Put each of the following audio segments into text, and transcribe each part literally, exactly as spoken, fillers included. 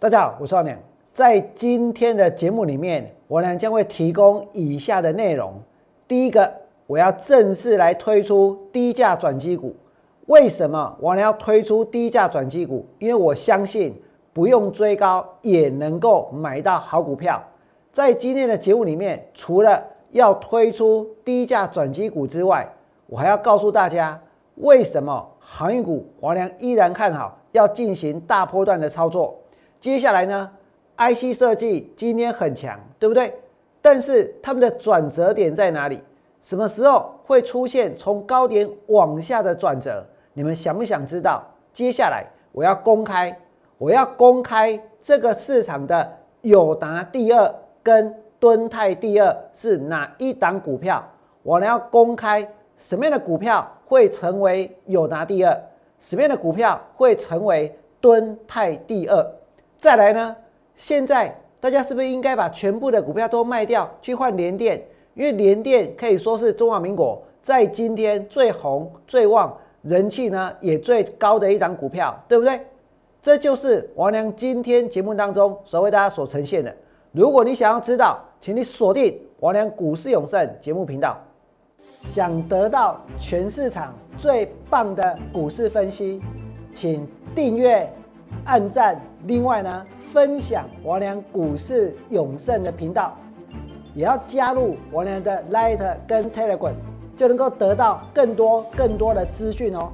大家好，我是王良。在今天的节目里面，王良将会提供以下的内容。第一个，我要正式来推出低价转机股。为什么王良要推出低价转机股？因为我相信不用追高也能够买到好股票。在今天的节目里面，除了要推出低价转机股之外，我还要告诉大家为什么航运股王良依然看好，要进行大波段的操作。接下来呢 ，I C 设计今天很强，对不对？但是他们的转折点在哪里？什么时候会出现从高点往下的转折？你们想不想知道？接下来我要公开，我要公开这个市场的友达第二跟敦泰第二是哪一档股票？我呢要公开什么样的股票会成为友达第二，什么样的股票会成为敦泰第二？再来呢，现在大家是不是应该把全部的股票都卖掉，去换联电？因为联电可以说是中华民国在今天最红、最旺、人气呢也最高的一档股票，对不对？这就是王良今天节目当中所为大家所呈现的。如果你想要知道，请你锁定王良股市永胜节目频道。想得到全市场最棒的股市分析，请订阅、按赞，另外呢，分享王良股市永胜的频道，也要加入王良的 Line 跟 Telegram， 就能够得到更多更多的资讯哦。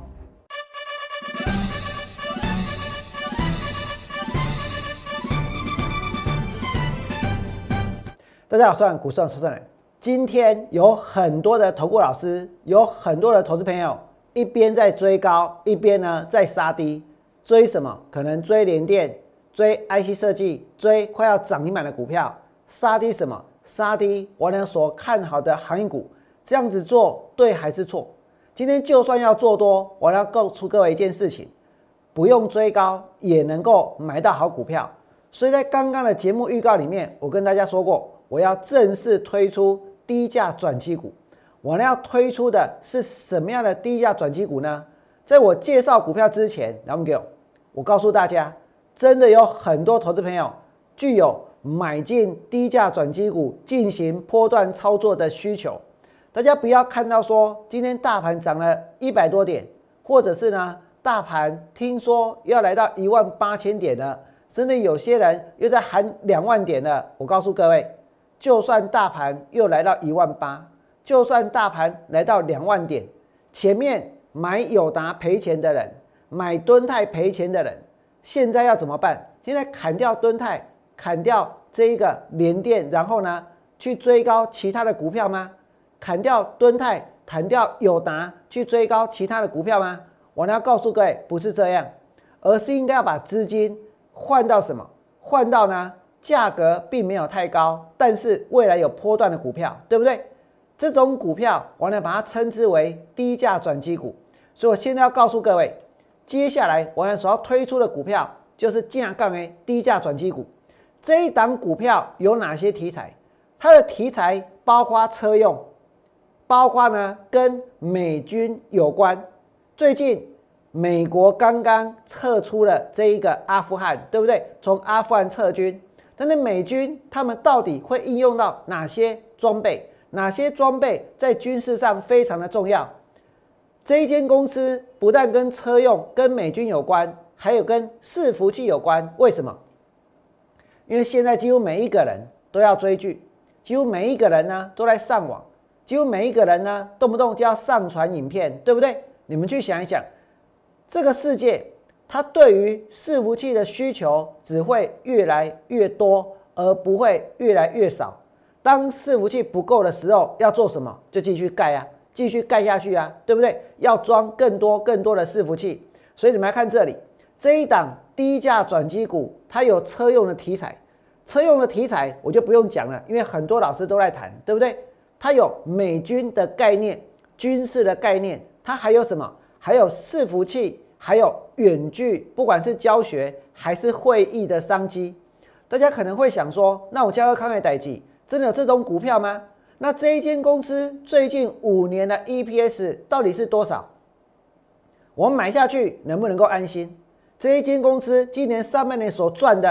大家好，我是股市的投资人。今天有很多的投顾老师，有很多的投资朋友，一边在追高，一边呢在杀低。追什么？可能追联电，追 I C 设计，追快要涨停板的股票。杀低什么？杀低我俩所看好的航运股。这样子做对还是错？今天就算要做多，我要告诉各位一件事情：不用追高也能够买到好股票。所以在刚刚的节目预告里面，我跟大家说过，我要正式推出低价转机股。我要推出的是什么样的低价转机股呢？在我介绍股票之前，来我们给我。我告诉大家，真的有很多投资朋友具有买进低价转机股进行波段操作的需求。大家不要看到说今天大盘涨了一百多点，或者是呢大盘听说要来到一万八千点了，甚至有些人又在喊两万点了。我告诉各位，就算大盘又来到一万八，就算大盘来到两万点，前面买友达赔钱的人，买敦泰赔钱的人，现在要怎么办？现在砍掉敦泰，砍掉这一个联电，然后呢去追高其他的股票吗？砍掉敦泰，砍掉友达，去追高其他的股票吗？我要告诉各位，不是这样，而是应该要把资金换到什么？换到呢价格并没有太高，但是未来有波段的股票，对不对？这种股票我呢把它称之为低价转机股。所以我现在要告诉各位，接下来我所要推出的股票就是价杠的低价转机股。这一档股票有哪些题材？它的题材包括车用，包括呢跟美军有关。最近美国刚刚撤出了这一个阿富汗，对不对？从阿富汗撤军，但是美军他们到底会应用到哪些装备？哪些装备在军事上非常的重要？这一间公司不但跟车用、跟美军有关，还有跟伺服器有关。为什么？因为现在几乎每一个人都要追剧，几乎每一个人呢都在上网，几乎每一个人呢动不动就要上传影片，对不对？你们去想一想，这个世界它对于伺服器的需求只会越来越多，而不会越来越少。当伺服器不够的时候，要做什么？就继续盖啊。继续盖下去啊，对不对？要装更多更多的伺服器。所以你们来看这里，这一档低价转机股，它有车用的题材。车用的题材我就不用讲了，因为很多老师都在谈，对不对？它有美军的概念，军事的概念，它还有什么？还有伺服器，还有远距，不管是教学还是会议的商机。大家可能会想说，那我教个康海代记，真的有这种股票吗？那这一间公司最近五年的 E P S 到底是多少？我们买下去能不能够安心？这一间公司今年上半年所赚的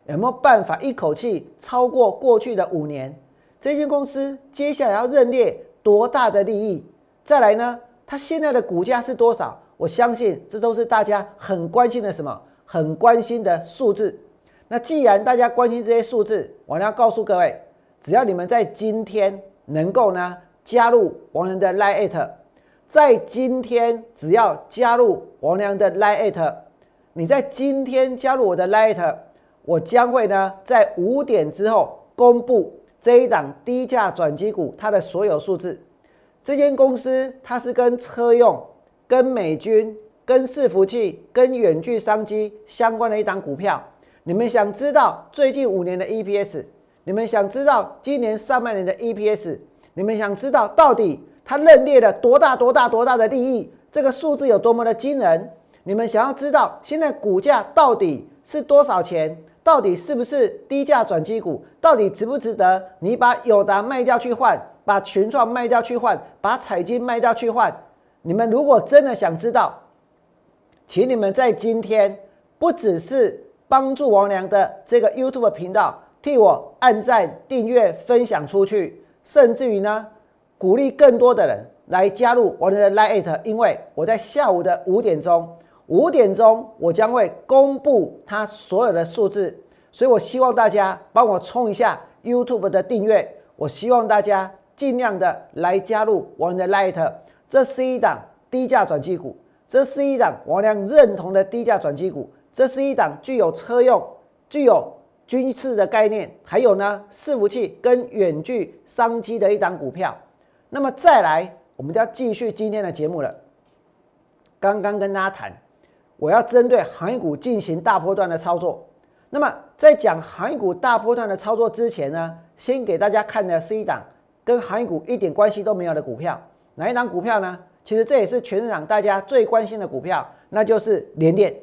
有没有办法一口气超过过去的五年？这间公司接下来要认列多大的利益？再来呢，它现在的股价是多少？我相信这都是大家很关心的什么？很关心的数字。那既然大家关心这些数字，我要告诉各位，只要你们在今天能够呢加入王良的 Line， 在今天只要加入王良的 Line， 你在今天加入我的 Line， 我将会呢在五点之后公布这一档低价转机股它的所有数字。这间公司它是跟车用、跟美军、跟伺服器、跟远距商机相关的一档股票。你们想知道最近五年的 E P S， 你们想知道今年上半年的 E P S， 你们想知道到底它认列了多大多大多大的利益，这个数字有多么的惊人？你们想要知道现在股价到底是多少钱？到底是不是低价转机股？到底值不值得你把友达卖掉去换，把群创卖掉去换，把彩晶卖掉去换？你们如果真的想知道，请你们在今天不只是帮助王良的这个 YouTube 频道，替我按赞、订阅、分享出去，甚至于呢，鼓励更多的人来加入王良的 Line， 因为我在下午的五点钟。五点钟，我将会公布它所有的数字，所以我希望大家帮我冲一下 YouTube 的订阅。我希望大家尽量的来加入王良的 Line， 这是一档低价转机股，这是一档王良认同的低价转机股，这是一档具有车用、具有军事的概念，还有呢伺服器跟远距商机的一档股票。那么再来，我们就要继续今天的节目了。刚刚跟大家谈。我要针对航运股进行大波段的操作。那么在讲航运股大波段的操作之前呢，先给大家看的是一档跟航运股一点关系都没有的股票。哪一档股票呢？其实这也是全市场大家最关心的股票，那就是联电。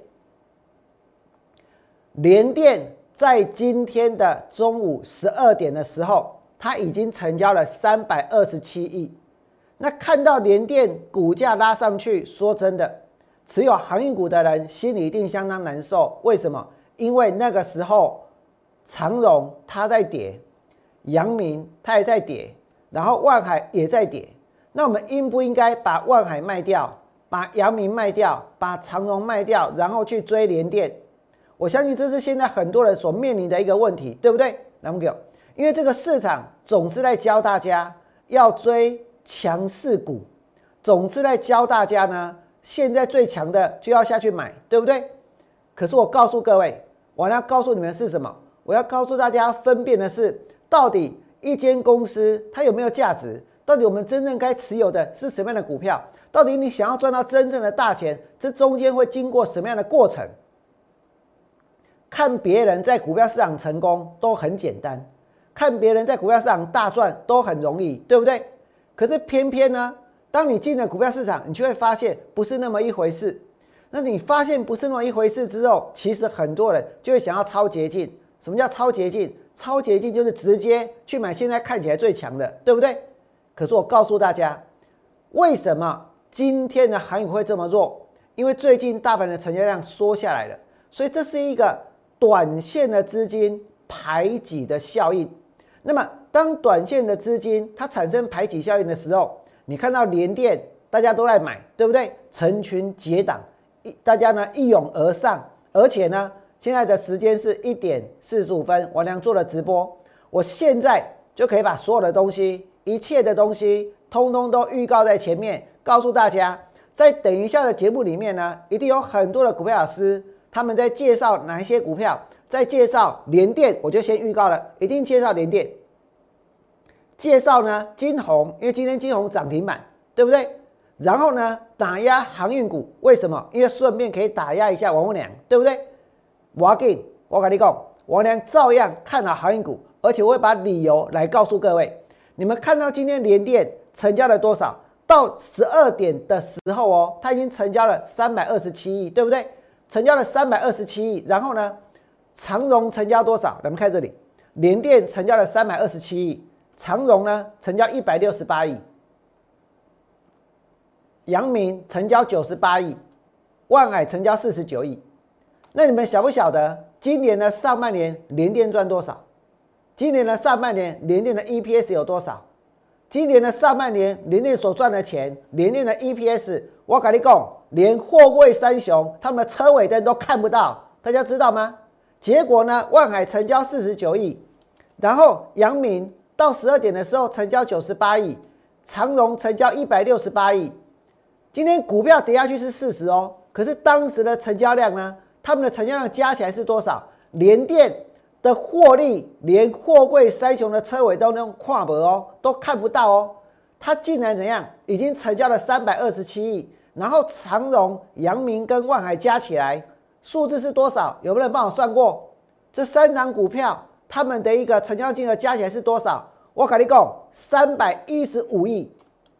联电在今天的中午十二点的时候，它已经成交了三百二十七亿。那看到联电股价拉上去，说真的。持有航运股的人心里一定相当难受，为什么？因为那个时候长荣它在跌，阳明它也在跌，然后万海也在跌。那我们应不应该把万海卖掉，把阳明卖掉，把长荣卖掉，然后去追联电？我相信这是现在很多人所面临的一个问题，对不对？那么因为这个市场总是在教大家要追强势股，总是在教大家呢。现在最强的就要下去买，对不对？可是我告诉各位，我要告诉你们是什么？我要告诉大家分辨的是，到底一间公司它有没有价值？到底我们真正该持有的是什么样的股票？到底你想要赚到真正的大钱，这中间会经过什么样的过程？看别人在股票市场成功都很简单，看别人在股票市场大赚都很容易，对不对？可是偏偏呢？当你进了股票市场，你就会发现不是那么一回事。那你发现不是那么一回事之后，其实很多人就会想要超捷径。什么叫超捷径？超捷径就是直接去买现在看起来最强的，对不对？可是我告诉大家，为什么今天的航运会这么弱？因为最近大盘的成交量缩下来了，所以这是一个短线的资金排挤的效应。那么当短线的资金它产生排挤效应的时候，你看到联电大家都在买，对不对？成群结党，大家呢一涌而上，而且呢，现在的时间是一点四十五分，王良做了直播，我现在就可以把所有的东西，一切的东西，通通都预告在前面，告诉大家，在等一下的节目里面呢，一定有很多的股票老师，他们在介绍哪一些股票，在介绍联电，我就先预告了，一定介绍联电。介绍呢金鸿，因为今天金鸿涨停板，对不对？然后呢打压航运股，为什么？因为顺便可以打压一下王良，对不对？我要给我跟你讲，王良照样看好航运股，而且我会把理由来告诉各位。你们看到今天联电成交了多少？到十二点的时候哦，它已经成交了三百二十七亿，对不对？成交了三百二十七亿，然后呢，长荣成交多少？咱们看这里，联电成交了三百二十七亿。长荣呢成交一百六十八亿，阳明成交九十八亿，万海成交四十九亿。那你们晓不晓得今年的上半年联电赚多少？今年的上半年联电的 E P S 有多少？今年的上半年联电所赚的钱，联电的 E P S， 我跟你讲，连货柜三雄他们的车尾灯都看不到，大家知道吗？结果呢，万海成交四十九亿，然后阳明到十二点的时候成交九十八亿，长荣成交一百六十八亿。今天股票跌下去是事实哦，可是当时的成交量呢？他们的成交量加起来是多少？联电的获利，连货柜三雄的车尾都能看不哦，都看不到哦。它竟然怎样？已经成交了三百二十七亿，然后长荣、阳明跟万海加起来数字是多少？有没有人帮我算过？这三档股票他们的一个成交金额加起来是多少？我跟你讲，三百一十五亿。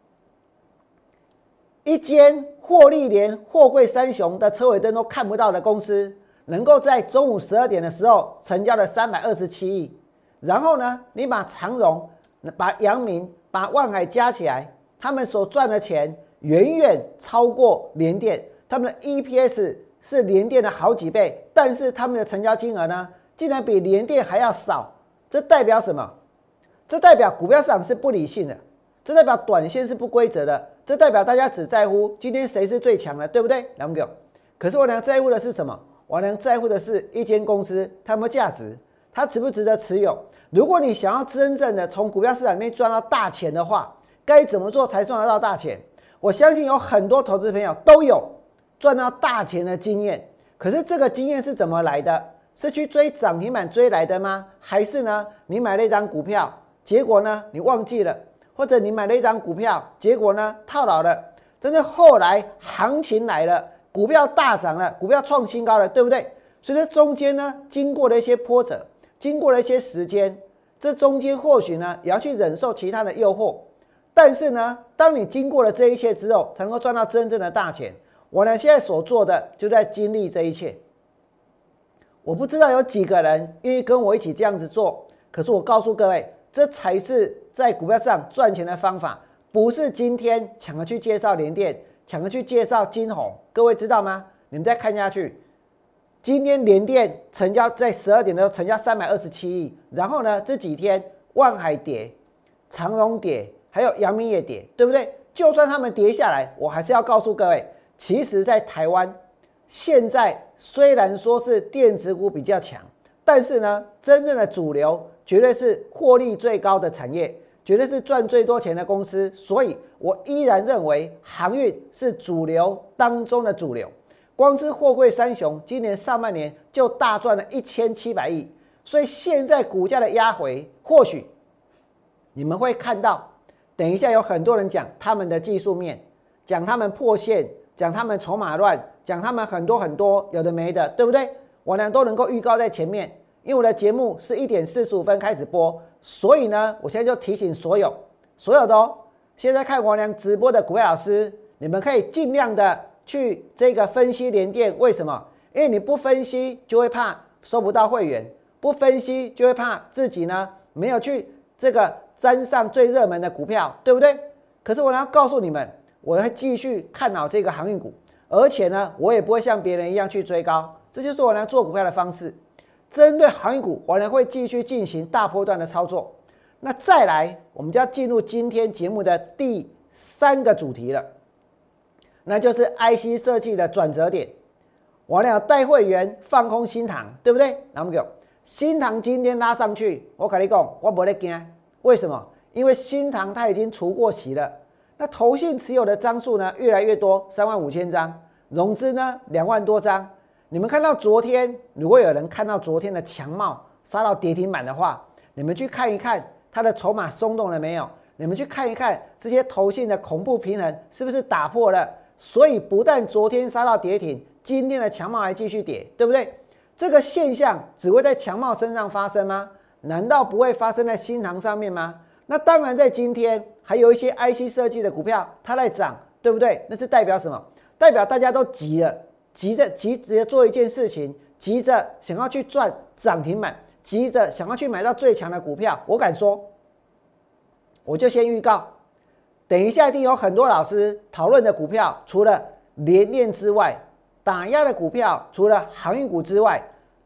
一间获利连货柜三雄的车尾灯都看不到的公司，能够在中午十二点的时候成交了三百二十七亿，然后呢，你把长荣、把阳明、把万海加起来，他们所赚的钱远远超过联电，他们的 E P S 是联电的好几倍，但是他们的成交金额呢，竟然比联电还要少，这代表什么？这代表股票市场是不理性的，这代表短线是不规则的。这代表大家只在乎今天谁是最强的，对不对？两个，可是我俩在乎的是什么？我俩在乎的是一间公司它有没有价值，它值不值得持有。如果你想要真正的从股票市场里面赚到大钱的话，该怎么做才赚得到大钱？我相信有很多投资朋友都有赚到大钱的经验，可是这个经验是怎么来的？是去追涨停板追来的吗？还是呢？你买了一张股票，结果呢你忘记了？或者你买了一张股票，结果呢套牢了，真的后来行情来了，股票大涨了，股票创新高了，对不对？所以这中间呢，经过了一些波折，经过了一些时间，这中间或许呢也要去忍受其他的诱惑，但是呢，当你经过了这一切之后，才能够赚到真正的大钱。我呢现在所做的就在经历这一切。我不知道有几个人愿意跟我一起这样子做，可是我告诉各位，这才是在股票上赚钱的方法，不是今天抢着去介绍联电，抢着去介绍金鸿。各位知道吗？你们再看下去，今天联电成交在十二点的时候成交三百二十七亿，然后呢这几天万海跌，长荣跌，还有阳明也跌，对不对？就算他们跌下来，我还是要告诉各位，其实在台湾现在虽然说是电子股比较强，但是呢，真正的主流绝对是获利最高的产业，绝对是赚最多钱的公司，所以我依然认为航运是主流当中的主流。光是货柜三雄今年上半年就大赚了一千七百亿，所以现在股价的压回，或许你们会看到，等一下有很多人讲他们的技术面，讲他们破线，讲他们筹码乱，讲他们很多很多有的没的，对不对？我俩都能够预告在前面。因为我的节目是一点四十五分开始播，所以呢，我现在就提醒所有所有的哦，现在看王良直播的股票老师，你们可以尽量的去这个分析联电，为什么？因为你不分析就会怕收不到会员，不分析就会怕自己呢没有去这个沾上最热门的股票，对不对？可是我要告诉你们，我会继续看好这个航运股，而且呢，我也不会像别人一样去追高，这就是我来做股票的方式。针对航运股，我呢会继续进行大波段的操作。那再来，我们就要进入今天节目的第三个主题了，那就是 I C 设计的转折点。我呢带会员放空新唐，对不对？那么讲新唐今天拉上去，我跟你讲，我不在惊，为什么？因为新唐它已经除过息了，那投信持有的张数呢越来越多，三万五千张，融资呢两万多张。你们看到昨天，如果有人看到昨天的强茂杀到跌停板的话，你们去看一看它的筹码松动了没有？你们去看一看这些投信的恐怖平衡是不是打破了？所以不但昨天杀到跌停，今天的强茂还继续跌，对不对？这个现象只会在强茂身上发生吗？难道不会发生在新唐上面吗？那当然，在今天还有一些 I C 设计的股票它在涨，对不对？那是代表什么？代表大家都急了。急着急着做一件事情，急着想要去赚涨停板，急着想要去买到最强的股票。我敢说，我就先预告，等一下一定有很多老师讨论的股票，除了联电之外，打压的股票除了航运股之外，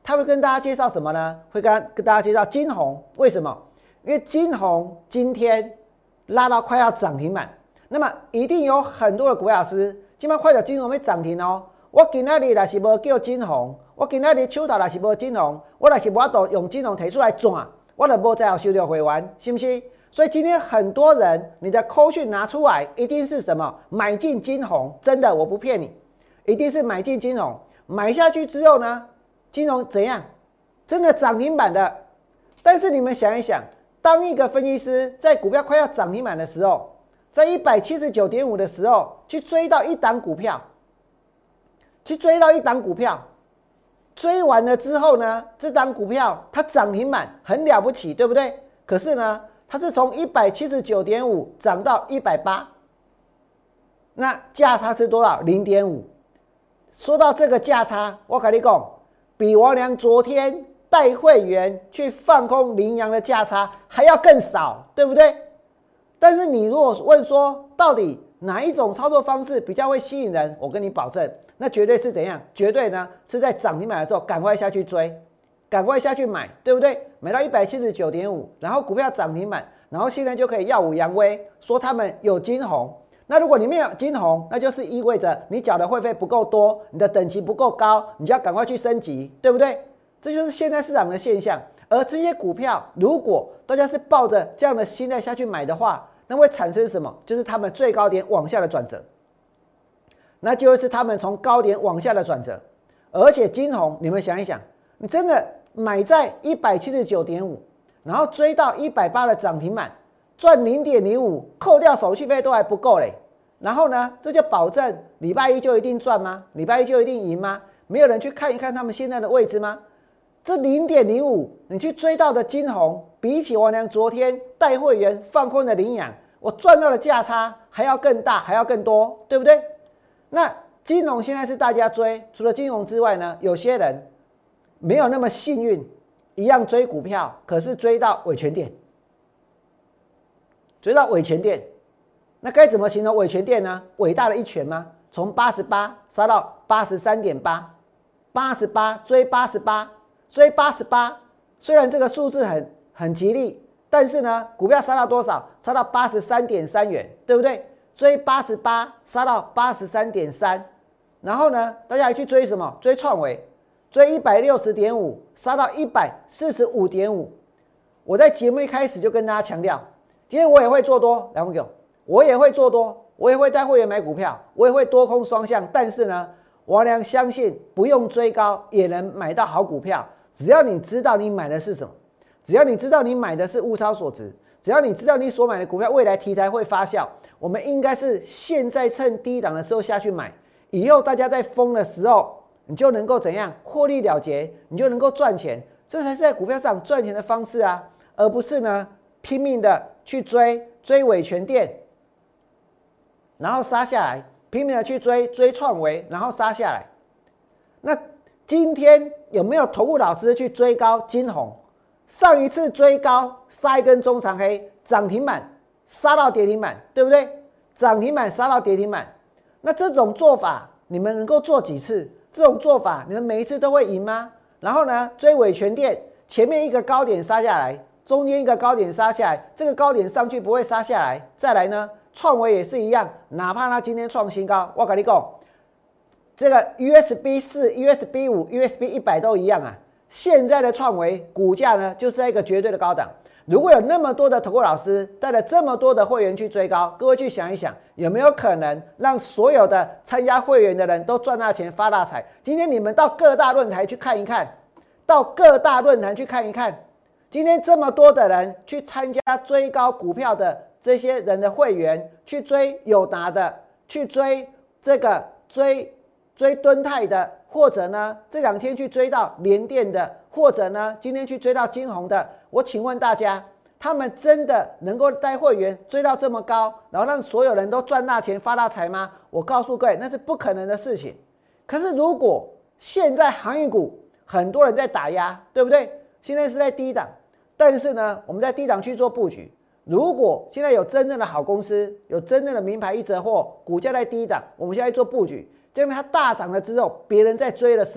他会跟大家介绍什么呢？会跟跟大家介绍金红。为什么？因为金红今天拉到快要涨停板，那么一定有很多的股票老师，今麦快到金红要涨停哦。我今仔日若是无叫金红，我今仔日手头若是无金红，我若是无法度用金红提出来赚，我就无再有收到会员，是不是？所以今天很多人，你的扣讯拿出来，一定是什么买进金红，真的我不骗你，一定是买进金红，买下去之后呢，金红怎样？真的涨停板的。但是你们想一想，当一个分析师在股票快要涨停板的时候，在 一百七十九点五 的时候去追到一档股票，去追到一档股票，追完了之后呢，这档股票它涨停板很了不起，对不对？可是呢，它是从 一百七十九点五 涨到一百八十，那价差是多少？ 零点五。 说到这个价差，我跟你讲，比王良昨天带会员去放空羚羊的价差还要更少，对不对？但是你如果问说，到底哪一种操作方式比较会吸引人？我跟你保证，那绝对是怎样？绝对呢是在涨停板的时候赶快下去追，赶快下去买，对不对？买到 一百七十九点五， 然后股票涨停板，然后现在就可以耀武扬威，说他们有金红。那如果你没有金红，那就是意味着你缴的会费不够多，你的等级不够高，你就要赶快去升级，对不对？这就是现在市场的现象。而这些股票，如果大家是抱着这样的心态下去买的话，那会产生什么？就是他们最高点往下的转折，那就是他们从高点往下的转折。而且金红，你们想一想，你真的买在 一百七十九点五， 然后追到一百八的涨停板，赚 零点零五， 扣掉手续费都还不够嘞。然后呢，这就保证礼拜一就一定赚吗？礼拜一就一定赢吗？没有人去看一看他们现在的位置吗？这 零点零五 你去追到的金红，比起王良昨天带会员放空的羚羊，我赚到的价差还要更大，还要更多，对不对？那金融现在是大家追，除了金融之外呢，有些人没有那么幸运，一样追股票，可是追到伟全电，追到伟全电，那该怎么形容伟全电呢？伟大的一拳吗？从八十八杀到 八十三点八， 八十八追八十八，追八十八，虽然这个数字很很吉利，但是呢，股票杀到多少？杀到 八十三点三元，对不对？追八十八杀到 八十三点三， 然后呢，大家还去追什么？追创维，追 一百六十点五 杀到 一百四十五点五。 我在节目一开始就跟大家强调，今天我也会做多，来我给我，我也会做多，我也会带会员买股票，我也会多空双向，但是呢，王良相信不用追高也能买到好股票，只要你知道你买的是什么，只要你知道你买的是物超所值，只要你知道你所买的股票未来题材会发酵，我们应该是现在趁低档的时候下去买，以后大家在疯的时候，你就能够怎样获利了结，你就能够赚钱，这才是在股票上赚钱的方式啊，而不是呢拼命的去追追伟全电，然后杀下来，拼命的去追追创维，然后杀下来。那今天有没有投顾老师去追高金红？上一次追高杀一根中长黑，涨停板杀到跌停板，对不对？涨停板杀到跌停板，那这种做法你们能够做几次？这种做法你们每一次都会赢吗？然后呢，追伟全电，前面一个高点杀下来，中间一个高点杀下来，这个高点上去不会杀下来。再来呢，创维也是一样，哪怕它今天创新高，我跟你讲，这个 U S B 四、U S B 五、U S B 一百都一样啊。现在的创维股价呢，就是在一个绝对的高档。如果有那么多的投顾老师带了这么多的会员去追高，各位去想一想，有没有可能让所有的参加会员的人都赚大钱发大财？今天你们到各大论坛去看一看，到各大论坛去看一看，今天这么多的人去参加追高股票的这些人的会员，去追友达的，去追这个追追敦泰的，或者呢这两天去追到联电的，或者呢今天去追到金红的，我请问大家，他们真的能够带会员追到这么高，然后让所有人都赚大钱发大财吗？我告诉各位，那是不可能的事情。可是如果现在航运股很多人在打压，对不对？现在是在低档，但是呢我们在低档去做布局。如果现在有真正的好公司，有真正的名牌一折货，股价在低档，我们现在做布局，结果它大涨了之后，别人在追的时候，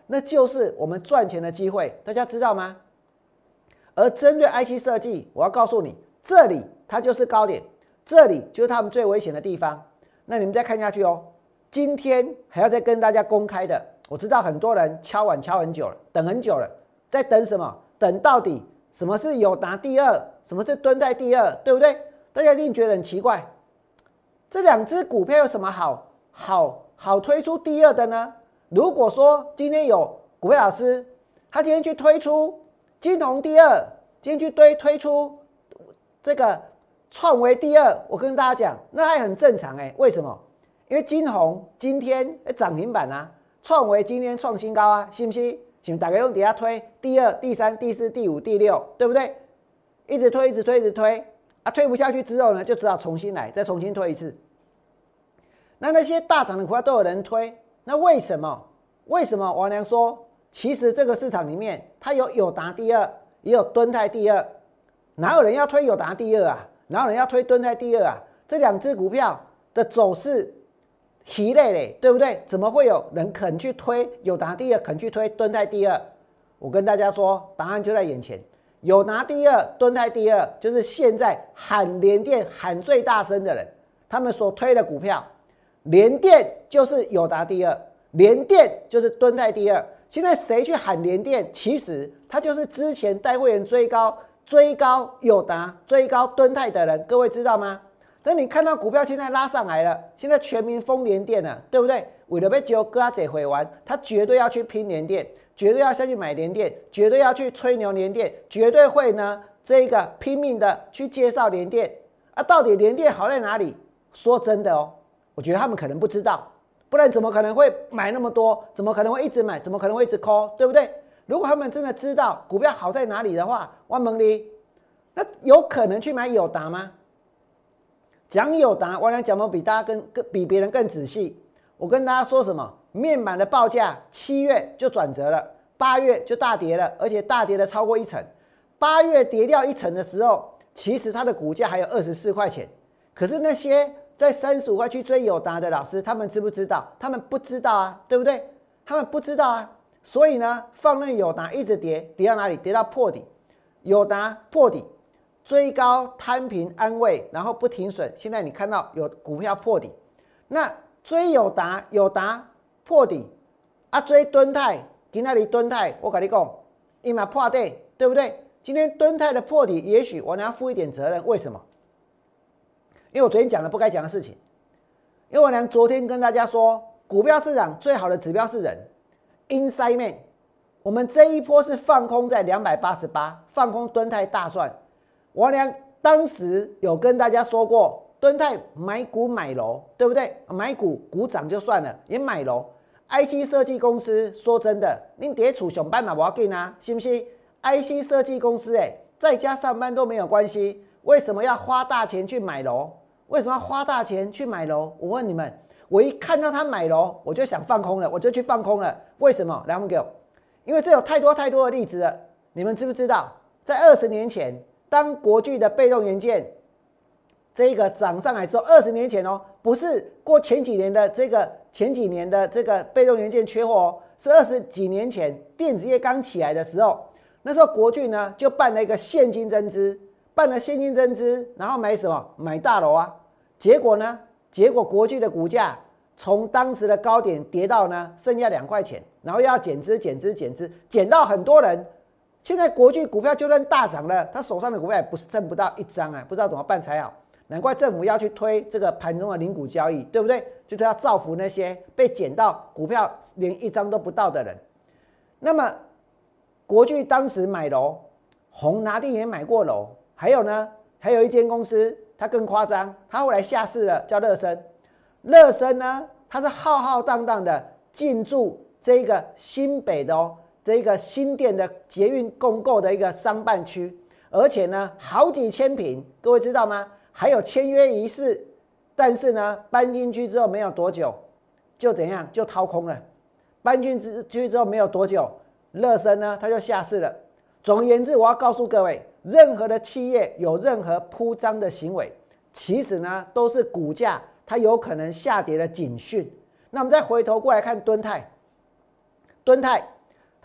那就是我们赚钱的机会，大家知道吗？而针对 I C 设计，我要告诉你，这里它就是高点，这里就是他们最危险的地方。那你们再看下去哦，今天还要再跟大家公开的，我知道很多人敲碗敲很久了，等很久了，在等什么？等到底什么是友达第二，什么是敦泰第二，对不对？大家一定觉得很奇怪，这两只股票有什么好好好推出第二的呢？如果说今天有股票老师，他今天去推出金鸿第二，今天去推推出这个创维第二，我跟大家讲，那还很正常哎。为什么？因为金鸿今天涨停板啊，创维今天创新高啊，信不信？请大家用底下推第二、第三、第四、第五、第六，对不对？一直推，一直推，一直推啊，推不下去之后呢，就只好重新来，再重新推一次。那那些大涨的股票都有人推，那为什么？为什么王良说，其实这个市场里面，它有友达第二，也有敦泰第二，哪有人要推友达第二啊？哪有人要推敦泰第二啊？这两只股票的走势疲累嘞，对不对？怎么会有人肯去推友达第二，肯去推敦泰第二？我跟大家说，答案就在眼前。友达第二、敦泰第二，就是现在喊联电喊最大声的人，他们所推的股票，联电就是友达第二，联电就是敦泰第二。现在谁去喊联电，其实他就是之前带会员追高、追高友达、追高敦泰的人，各位知道吗？等你看到股票现在拉上来了，现在全民疯联电了，对不对？为了被揪哥阿姐回完，他绝对要去拼联电，绝对要下去买联电，绝对要去吹牛联电，绝对会呢这个拼命的去介绍联电啊。到底联电好在哪里？说真的哦，我觉得他们可能不知道，不然怎么可能会买那么多？怎么可能会一直买？怎么可能会一直 call？ 对不对？如果他们真的知道股票好在哪里的话，我问你，那有可能去买友达吗？讲友达，我俩讲的比大家更更比别人更仔细。我跟大家说什么？面板的报价七月就转折了，八月就大跌了，而且大跌了超过一成。八月跌掉一成的时候，其实它的股价还有二十四块钱。可是那些在三十五块去追友达的老师，他们知不知道？他们不知道啊，对不对？他们不知道啊。所以呢，放任友达一直跌，跌到哪里？跌到破底。友达破底。追高摊平安慰，然后不停损。现在你看到有股票破底，那追友达，友达破底啊，追敦泰，今天里敦泰，我跟你讲，一马破底，对不对？今天敦泰的破底，也许我要负一点责任。为什么？因为我昨天讲了不该讲的事情。因为我娘昨天跟大家说，股票市场最好的指标是人 ，inside man。我们这一波是放空在两百八十八，放空敦泰大赚。王良当时有跟大家说过，敦泰买股买楼，对不对？买股股涨就算了，也买楼。I C 设计公司说真的，你在厝上班嘛不要紧啊，是不是 ？I C 设计公司哎，在家上班都没有关系，为什么要花大钱去买楼？为什么要花大钱去买楼？我问你们，我一看到他买楼，我就想放空了，我就去放空了。为什么？来，我们给我，因为这有太多太多的例子了。你们知不知道，在二十年前？当国巨的被动元件这个涨上来之后，二十年前哦，不是过前几年的这个前几年的这个被动元件缺货哦，是二十几年前电子业刚起来的时候，那时候国巨呢就办了一个现金增资，办了现金增资，然后买什么？买大楼啊。结果呢？结果国巨的股价从当时的高点跌到呢剩下两块钱，然后又要减资、减资、减资，减到很多人。现在国巨股票就算大涨了，他手上的股票也不是剩不到一张啊，不知道怎么办才好。难怪政府要去推这个盘中的零股交易，对不对？就是要造福那些被减到股票连一张都不到的人。那么国巨当时买楼，宏达电也买过楼，还有呢，还有一间公司，它更夸张，它后来下市了，叫乐升。乐升呢，它是浩浩荡荡的进驻这个新北的哦。这一个新店的捷运共构的一个商办区，而且呢好几千坪，各位知道吗？还有签约仪式，但是呢搬进去之后没有多久，就怎样就掏空了。搬进去之后没有多久，乐升呢它就下市了。总而言之，我要告诉各位，任何的企业有任何铺张的行为，其实呢都是股价它有可能下跌的警讯。那我们再回头过来看敦泰，敦泰。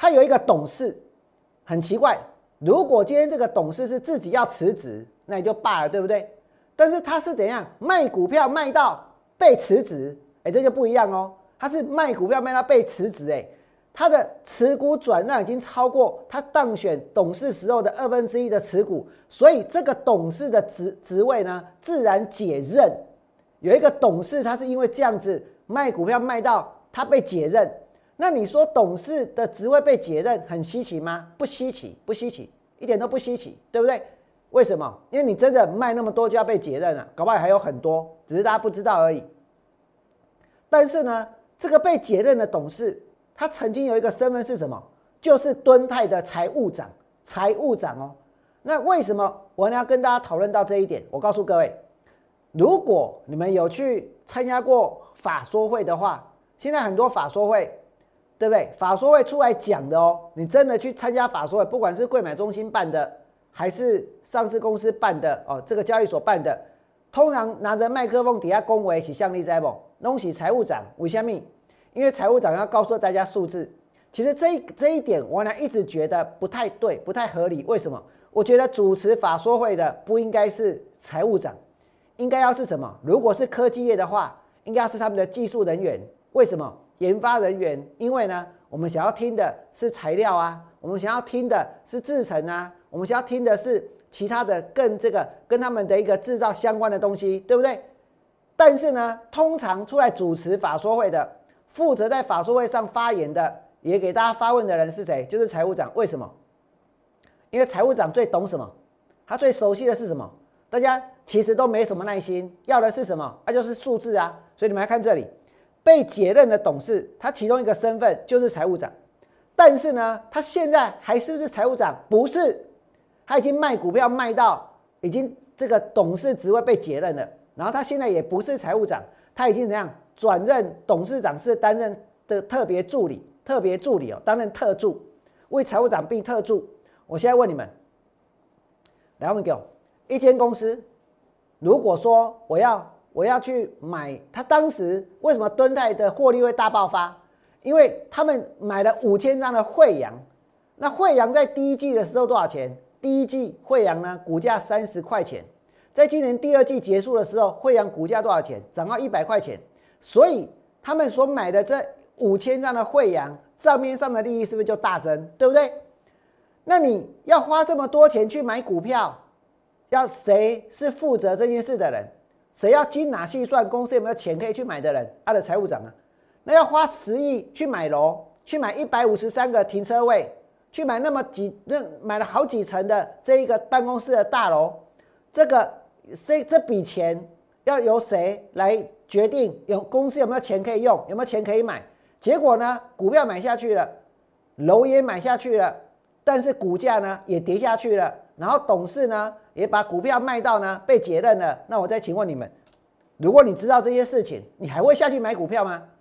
他有一个董事，很奇怪，如果今天这个董事是自己要辞职，那也就罢了，对不对？但是他是怎样卖股票卖到被辞职？哎，这就不一样哦。他是卖股票卖到被辞职，哎，他的持股转让已经超过他当选董事时候的二分之一的持股，所以这个董事的职职位呢，自然解任。有一个董事，他是因为这样子卖股票卖到他被解任，那你说董事的职位被解任很稀奇吗？不稀奇，不稀奇，一点都不稀奇，对不对？为什么？因为你真的卖那么多就要被解任了，搞不好还有很多，只是大家不知道而已。但是呢，这个被解任的董事，他曾经有一个身份是什么？就是敦泰的财务长，财务长哦。那为什么我要跟大家讨论到这一点？我告诉各位，如果你们有去参加过法说会的话，现在很多法说会，对不对？法说会出来讲的哦，你真的去参加法说会，不管是柜买中心办的，还是上市公司办的哦，这个交易所办的，通常拿着麦克风底下恭维是像你知不？弄起财务长，为什么？因为财务长要告诉大家数字。其实这一这一点，我呢一直觉得不太对，不太合理。为什么？我觉得主持法说会的不应该是财务长，应该要是什么？如果是科技业的话，应该是他们的技术人员。为什么？研发人员？因为呢，我们想要听的是材料啊，我们想要听的是制程啊，我们想要听的是其他的更这个跟他们的一个制造相关的东西，对不对？但是呢，通常出来主持法说会的，负责在法说会上发言的，也给大家发问的人是谁？就是财务长。为什么？因为财务长最懂什么？他最熟悉的是什么？大家其实都没什么耐心，要的是什么？那、啊、就是数字啊。所以你们来看这里，被解任的董事，他其中一个身份就是财务长。但是呢，他现在还是不是财务长？不是，他已经卖股票卖到已经这个董事职位被解任了。然后他现在也不是财务长，他已经怎样转任董事长，是担任的特别助理，特别助理哦，担任特助，为财务长并特助。我现在问你们，来问给我，一间公司，如果说我要我要去买，他当时为什么敦泰的获利会大爆发？因为他们买了五千张的慧洋，那慧洋在第一季的时候多少钱？第一季慧洋呢，股价三十块钱。在今年第二季结束的时候，慧洋股价多少钱？涨到一百块钱。所以他们所买的这五千张的慧洋，账面上的利益是不是就大增？对不对？那你要花这么多钱去买股票，要谁是负责这件事的人？谁要精打细算公司有没有钱可以去买的人？他的财务长啊。那要花十亿去买楼，去买一百五十三个停车位，去买那么几那买了好几层的这一个办公室的大楼，这个。这这笔钱要由谁来决定？有公司有没有钱可以用，有没有钱可以买？结果呢，股票买下去了，楼也买下去了，但是股价呢也跌下去了。然后董事呢也把股票卖到呢被解任了。那我再请问你们，如果你知道这些事情，你还会下去买股票吗？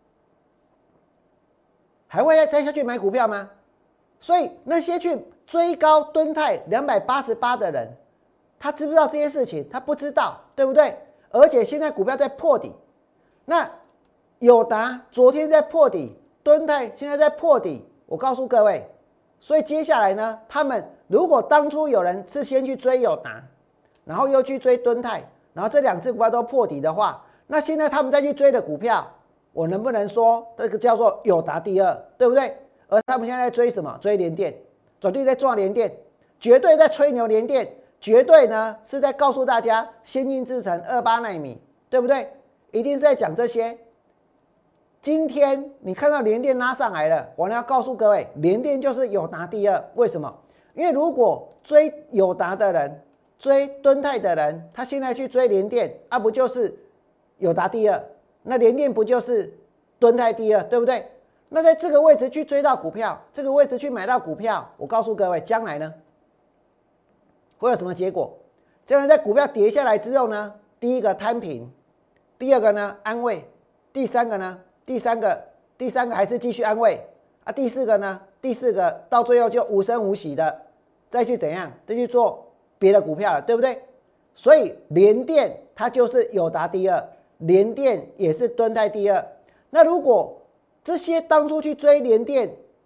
还会再下去买股票吗？所以那些去追高敦泰两百八十八的人。他知不知道这些事情？他不知道，对不对？而且现在股票在破底，那友达昨天在破底，敦泰现在在破底。我告诉各位，所以接下来呢，他们如果当初有人是先去追友达，然后又去追敦泰，然后这两只股票都破底的话，那现在他们再去追的股票，我能不能说这个叫做友达第二，对不对？而他们现在在追什么？追联电，绝对在撞联电，绝对在吹牛联电。绝对呢是在告诉大家先进制程二八奈米，对不对？一定是在讲这些。今天你看到联电拉上来了，我呢要告诉各位，联电就是友达第二。为什么？因为如果追友达的人、追敦泰的人，他现在去追联电，啊不就是友达第二？那联电不就是敦泰第二，对不对？那在这个位置去追到股票，这个位置去买到股票，我告诉各位，将来呢？会有什么结果？将来在股票跌下来之后呢，第一个摊平，第二个呢安慰，第三个呢，第三个第三个还是继续安慰啊，第四个呢，第四个到最后就无声无息的再去怎样，再去做别的股票了，对不对？所以联电它就是友达第二，联电也是敦泰第二。那如果这些当初去追联电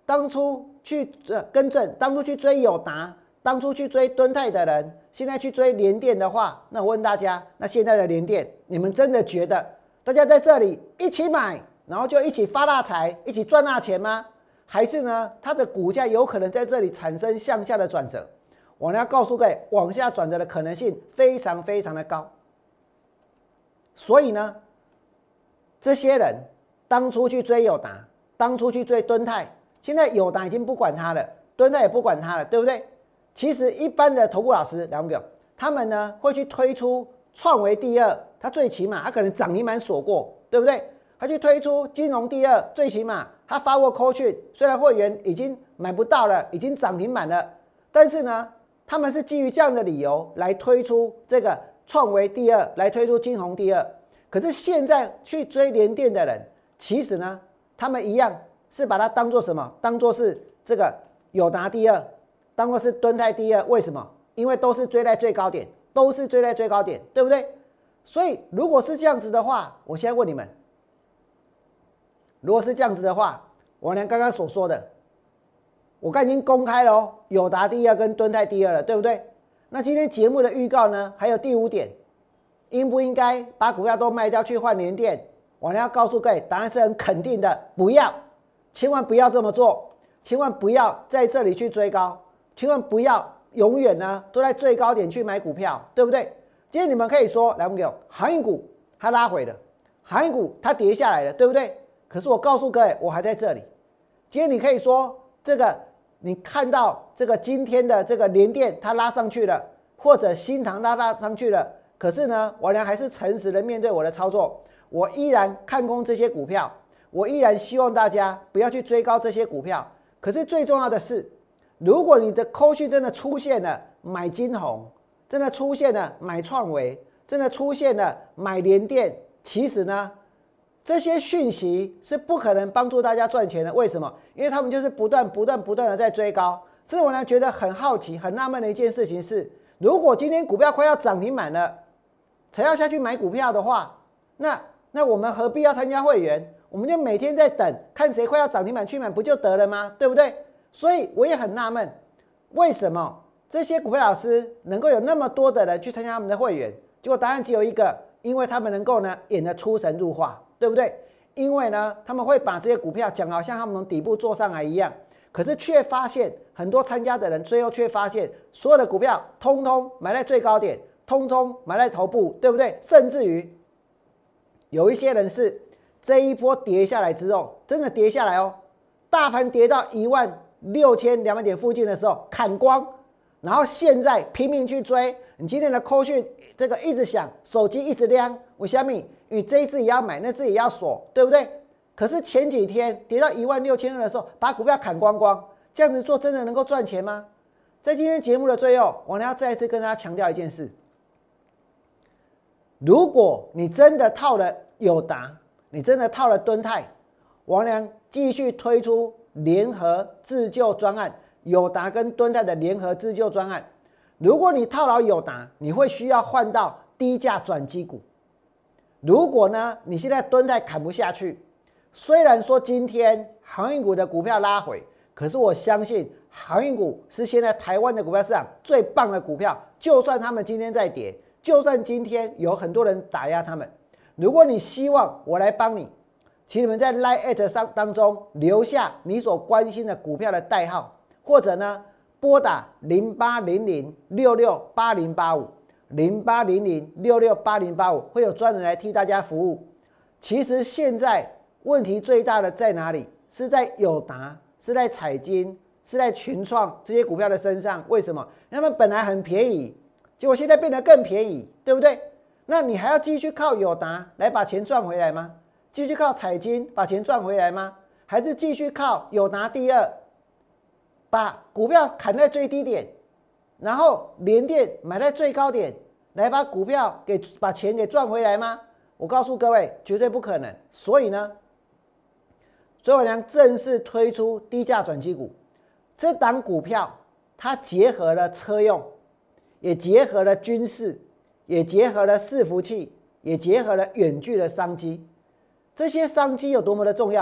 当初去呃更正，当初去追友达，当初去追敦泰的人，现在去追联电的话，那我问大家，那现在的联电，你们真的觉得大家在这里一起买，然后就一起发大财，一起赚大钱吗？还是呢，它的股价有可能在这里产生向下的转折？我呢要告诉各位，往下转折的可能性非常非常的高。所以呢，这些人当初去追友达，当初去追敦泰，现在友达已经不管它了，敦泰也不管它了，对不对？其实一般的投顾老师，两个他们呢会去推出创维第二，它最起码它可能涨停板锁过，对不对？他去推出金融第二，最起码他发过扣讯，虽然会员已经买不到了，已经涨停板了，但是呢，他们是基于这样的理由来推出这个创维第二，来推出金融第二。可是现在去追联电的人，其实呢，他们一样是把它当做什么？当做是这个友达第二，当做是敦泰第二。为什么？因为都是追在最高点，都是追在最高点，对不对？所以如果是这样子的话，我现在问你们，如果是这样子的话，我连刚刚所说的，我刚已经公开了哦，友达第二跟敦泰第二了，对不对？那今天节目的预告呢，还有第五点，应不应该把股票都卖掉去换联电？我要告诉各位，答案是很肯定的，不要，千万不要这么做，千万不要在这里去追高，千万不要永远呢都在最高点去买股票，对不对？今天你们可以说，来，我们有航运股它拉回了，航运股它跌下来了，对不对？可是我告诉各位，我还在这里。今天你可以说这个，你看到这个今天的这个联电它拉上去了，或者新唐拉拉上去了，可是呢，我呢还是诚实的面对我的操作，我依然看空这些股票，我依然希望大家不要去追高这些股票。可是最重要的是，如果你的扣讯真的出现了买金红，真的出现了买创维，真的出现了买联电，其实呢，这些讯息是不可能帮助大家赚钱的。为什么？因为他们就是不断不断不断的在追高。所以我呢觉得很好奇很纳闷的一件事情是，如果今天股票快要涨停板了才要下去买股票的话，那那我们何必要参加会员？我们就每天在等看谁快要涨停板去买不就得了吗？对不对？所以我也很纳闷，为什么这些股票老师能够有那么多的人去参加他们的会员？结果答案只有一个，因为他们能够呢演得出神入化，对不对？因为呢他们会把这些股票讲好像他们从底部做上来一样，可是却发现很多参加的人最后却发现所有的股票通通买在最高点，通通买在头部，对不对？甚至于有一些人是这一波跌下来之后，真的跌下来哦，大盘跌到一万六千两百点附近的时候砍光，然后现在拼命去追。你今天的扣讯这个一直响，手机一直亮，我相信你这一次也要买，那次也要锁，对不对？可是前几天跌到一万六千二的时候，把股票砍光光，这样子做真的能够赚钱吗？在今天节目的最后，我要再一次跟大家强调一件事：如果你真的套了友达，你真的套了敦泰，王良继续推出联合自救专案，友达跟敦泰的联合自救专案。如果你套牢友达，你会需要换到低价转机股。如果呢，你现在敦泰砍不下去，虽然说今天航运股的股票拉回，可是我相信航运股是现在台湾的股票市场最棒的股票。就算他们今天在跌，就算今天有很多人打压他们，如果你希望我来帮你，请你们在 Line@ 上当中留下你所关心的股票的代号，或者呢拨打零八零零六六八零八五 零八零零六六八零八五，会有专人来替大家服务。其实现在问题最大的在哪里？是在友达，是在彩晶，是在群创这些股票的身上。为什么？他们本来很便宜，结果现在变得更便宜，对不对？那你还要继续靠友达来把钱赚回来吗？继续靠彩晶把钱赚回来吗？还是继续靠友达第二把股票砍在最低点，然后联电买在最高点，来把股票给把钱给赚回来吗？我告诉各位，绝对不可能。所以呢，所以我将正式推出低价转机股。这档股票它结合了车用，也结合了军事，也结合了伺服器，也结合了远距的商机。这些商机有多么的重要？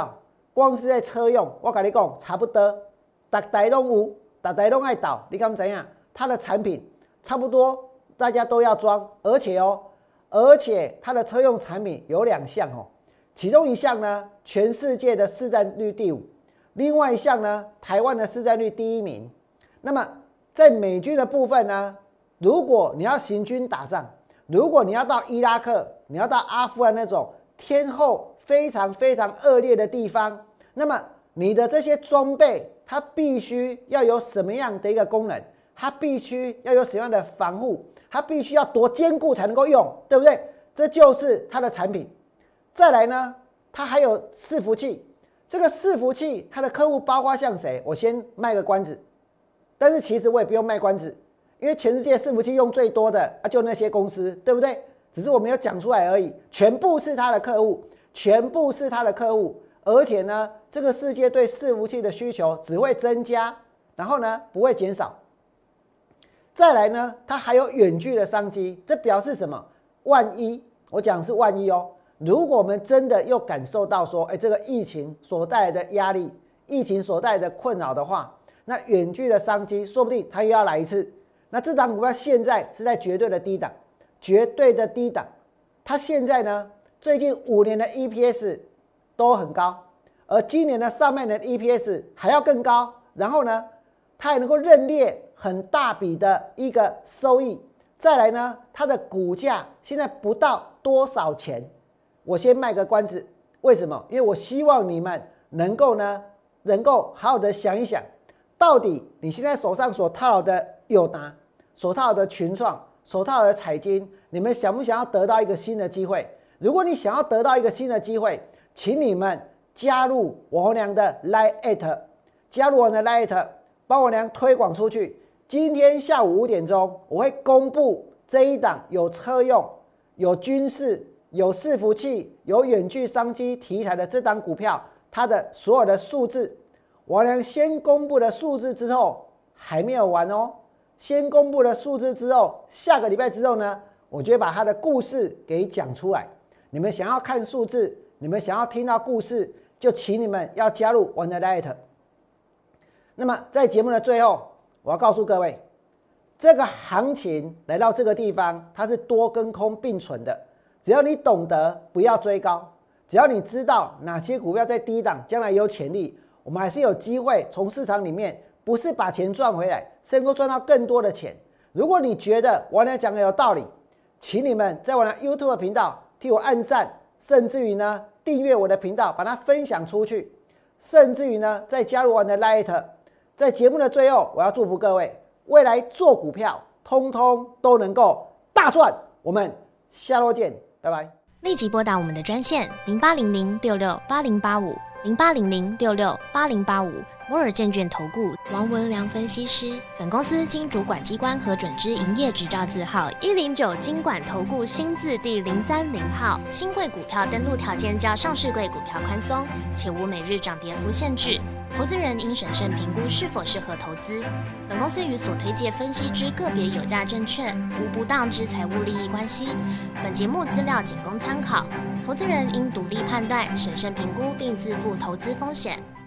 光是在车用，我跟你讲，差不多，大台拢有，大台拢爱倒。你看怎样？它的产品差不多，大家都要装，而且哦，而且它的车用产品有两项哦，其中一项呢，全世界的市占率第五，另外一项呢，台湾的市占率第一名。那么在美军的部分呢，如果你要行军打仗，如果你要到伊拉克，你要到阿富汗那种天候非常非常恶劣的地方，那么你的这些装备，它必须要有什么样的一个功能？它必须要有什么样的防护？它必须要多坚固才能够用，对不对？这就是它的产品。再来呢，它还有伺服器。这个伺服器，它的客户包括像谁？我先卖个关子，但是其实我也不用卖关子，因为全世界伺服器用最多的啊，就那些公司，对不对？只是我没有讲出来而已，全部是他的客户，全部是他的客户，而且呢，这个世界对伺服器的需求只会增加，然后呢不会减少。再来呢，它还有远距的商机，这表示什么？万一我讲的是万一哦，如果我们真的又感受到说，哎，这个疫情所带来的压力，疫情所带来的困扰的话，那远距的商机说不定它又要来一次。那这档股票现在是在绝对的低档，绝对的低档。它现在呢，最近五年的 E P S 都很高，而今年的上半年的 E P S 还要更高。然后呢，它也能够认列很大笔的一个收益。再来呢，它的股价现在不到多少钱。我先卖个关子，为什么？因为我希望你们能够呢，能够好好的想一想，到底你现在手上所套的友达、所套的群创、所套的彩晶，你们想不想要得到一个新的机会？如果你想要得到一个新的机会，请你们加入我娘的 Line， 加入我的 Line， 帮我娘推广出去。今天下午五点钟，我会公布这一档有车用、有军事、有伺服器、有远距商机题材的这档股票，它的所有的数字。我娘先公布的数字之后还没有完哦，先公布的数字之后，下个礼拜之后呢，我就会把它的故事给讲出来。你们想要看数字，你们想要听到故事，就请你们要加入我的 Light。那么在节目的最后，我要告诉各位，这个行情来到这个地方，它是多跟空并存的。只要你懂得不要追高，只要你知道哪些股票在低档，将来有潜力，我们还是有机会从市场里面不是把钱赚回来，是能够赚到更多的钱。如果你觉得我俩讲的有道理，请你们在我的 YouTube 频道替我按赞，甚至于呢订阅我的频道，把它分享出去，甚至于呢再加入我的 Light。在节目的最后，我要祝福各位未来做股票，通通都能够大赚。我们下周见，拜拜。 立即拨打我们的专线零八零零六六八零八五零八零零六六八零八五摩尔证券投顾王文良分析师。本公司经主管机关核准之营业执照字号一零九金管投顾新字第零三零号。新贵股票登录条件较上市贵股票宽松，且无每日涨跌幅限制。投资人应审慎评估是否适合投资。本公司与所推介分析之个别有价证券无不当之财务利益关系。本节目资料仅供参考，投资人应独立判断、审慎评估并自负投资风险。